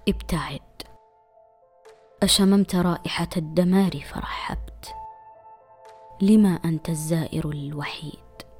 ابتعد. أشممت رائحة الدمار فرحبت. لما أنت الزائر الوحيد؟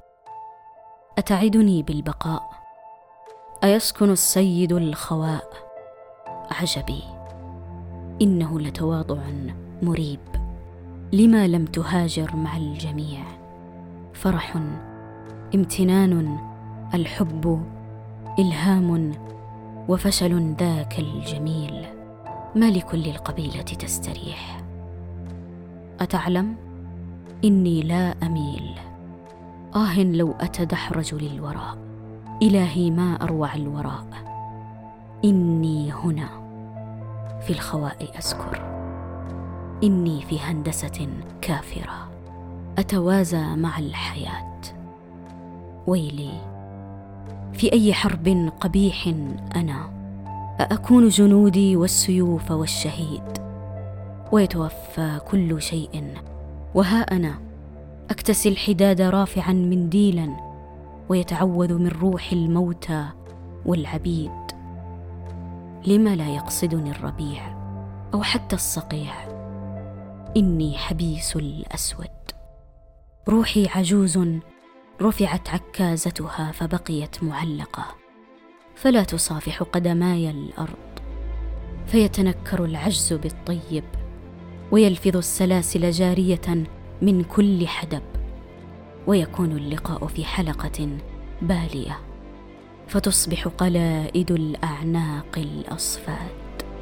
أتعدني بالبقاء؟ أيسكن السيد الخواء؟ عجبي، إنه لتواضع مريب. لما لم تهاجر مع الجميع؟ فرح، امتنان، الحب، إلهام، وفشل ذاك الجميل. ما لكل القبيلة تستريح؟ أتعلم إني لا أميل. لو أتدحرج للوراء. إلهي ما أروع الوراء. إني هنا في الخواء أسكر. إني في هندسة كافرة أتوازى مع الحياة. ويلي، في أي حرب قبيح أنا أأكون جنودي والسيوف والشهيد، ويتوفى كل شيء، وها أنا أكتسي الحداد رافعا منديلا، ويتعوذ من روح الموتى والعبيد. لما لا يقصدني الربيع أو حتى الصقيع؟ إني حبيس الأسود. روحي عجوز رفعت عكازتها فبقيت معلقة، فلا تصافح قدماي الأرض. فيتنكر العجز بالطيب، ويلفظ السلاسل جارية من كل حدب، ويكون اللقاء في حلقة بالية، فتصبح قلائد الأعناق الأصفاد.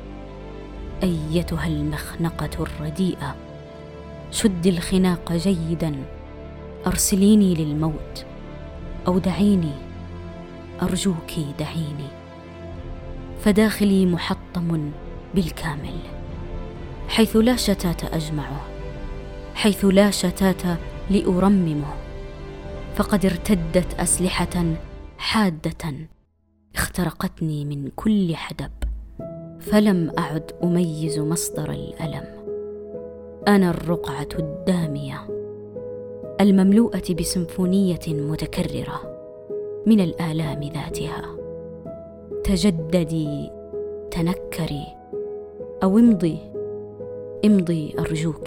أيتها المخنقة الرديئة، شد الخناق جيدا، أرسليني للموت أو دعيني، أرجوك دعيني. فداخلي محطم بالكامل، حيث لا شتات أجمعه، حيث لا شتات لأرممه. فقد ارتدت أسلحة حادة اخترقتني من كل حدب، فلم أعد أميز مصدر الألم. أنا الرقعة الدامية المملوءة بسيمفونية متكررة من الآلام ذاتها. تجددي، تنكري، أو امضي أرجوك.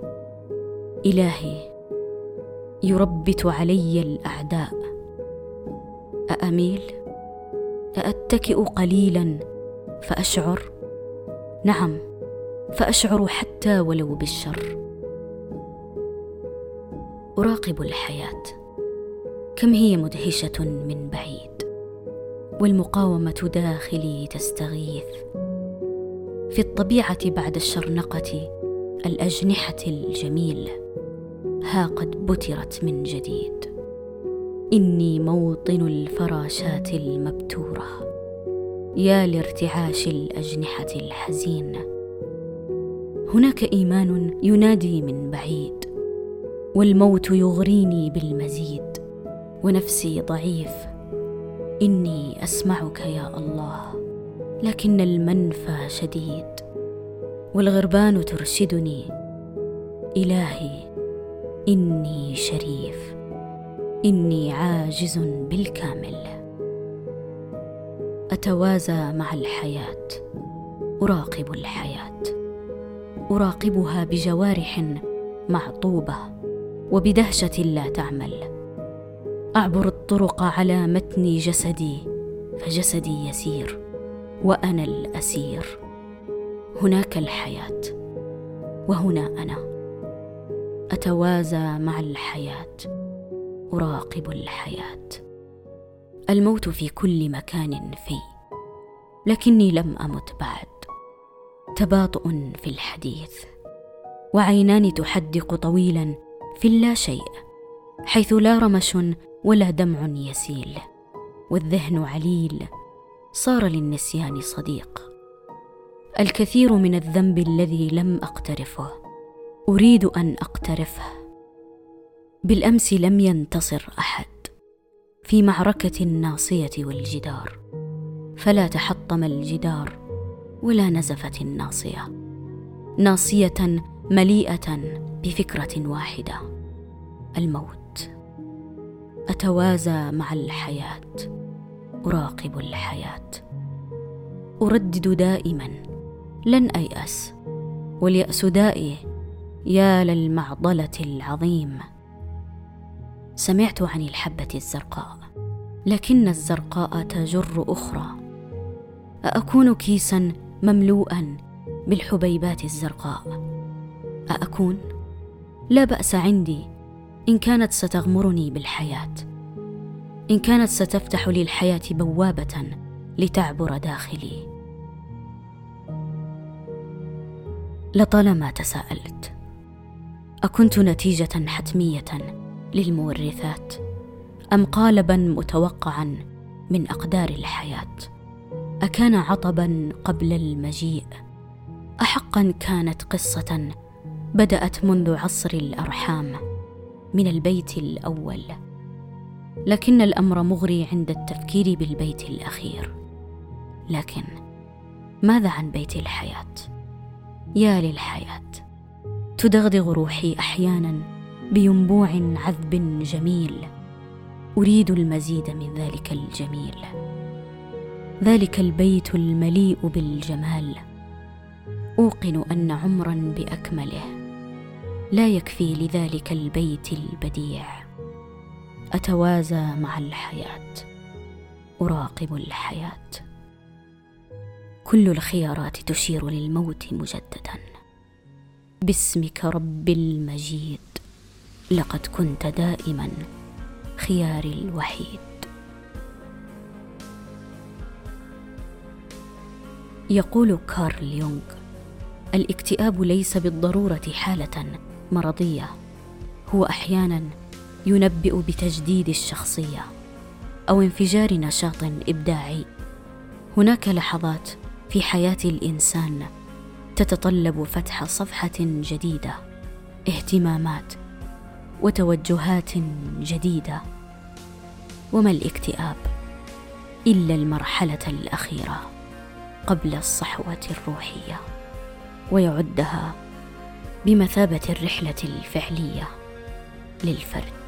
إلهي يربت علي الأعداء. أأميل؟ أأتكئ قليلا فأشعر؟ نعم، فأشعر حتى ولو بالشر. أراقب الحياة، كم هي مدهشة من بعيد، والمقاومة داخلي تستغيث. في الطبيعة بعد الشرنقة الأجنحة الجميل، ها قد بترت من جديد. إني موطن الفراشات المبتورة، يا لارتعاش الأجنحة الحزين. هناك إيمان ينادي من بعيد، والموت يغريني بالمزيد، ونفسي ضعيف. إني أسمعك يا الله، لكن المنفى شديد، والغربان ترشدني. إلهي إني شريف، إني عاجز بالكامل. أتوازى مع الحياة، أراقب الحياة، أراقبها بجوارح معطوبة وبدهشة لا تعمل. أعبر الطرق على متن جسدي، فجسدي يسير وأنا الأسير. هناك الحياة وهنا أنا. أتوازى مع الحياة، أراقب الحياة. الموت في كل مكان لكني لم أمت بعد. تباطؤ في الحديث، وعينان تحدق طويلا في اللا شيء، حيث لا رمش ولا دمع يسيل، والذهن عليل، صار للنسيان صديق. الكثير من الذنب الذي لم أقترفه أريد أن أقترفه. بالأمس لم ينتصر أحد في معركة الناصية والجدار، فلا تحطم الجدار ولا نزفت الناصية، ناصية مليئة بفكرة واحدة: الموت. أتوازى مع الحياة، أراقب الحياة، أردد دائما: لن أيأس، واليأس دائي، يا للمعضلة العظيم. سمعت عن الحبة الزرقاء، لكن الزرقاء تجر أخرى. أأكون كيسا مملوءا بالحبيبات الزرقاء؟ أأكون؟ لا بأس عندي إن كانت ستغمرني بالحياة، إن كانت ستفتح لي الحياة بوابة لتعبر داخلي. لطالما تساءلت: أكنت نتيجة حتمية للمورثات، أم قالبا متوقعا من أقدار الحياة؟ أكان عطبا قبل المجيء؟ أحقا كانت قصة بدأت منذ عصر الأرحام من البيت الأول؟ لكن الأمر مغري عند التفكير بالبيت الأخير. لكن ماذا عن بيت الحياة؟ يا للحياة، تدغدغ روحي أحيانا بينبوع عذب جميل. أريد المزيد من ذلك الجميل، ذلك البيت المليء بالجمال. أوقن أن عمرا بأكمله لا يكفي لذلك البيت البديع. أتوازى مع الحياة، أراقب الحياة. كل الخيارات تشير للموت مجددا. باسمك رب المجيد، لقد كنت دائما خياري الوحيد. يقول كارل يونغ: الاكتئاب ليس بالضرورة حالة مرضية، هو أحيانا ينبئ بتجديد الشخصية أو انفجار نشاط إبداعي. هناك لحظات في حياة الإنسان تتطلب فتح صفحة جديدة، اهتمامات وتوجهات جديدة. وما الاكتئاب إلا المرحلة الأخيرة قبل الصحوة الروحية، ويعدها بمثابة الرحلة الفعلية للفرد.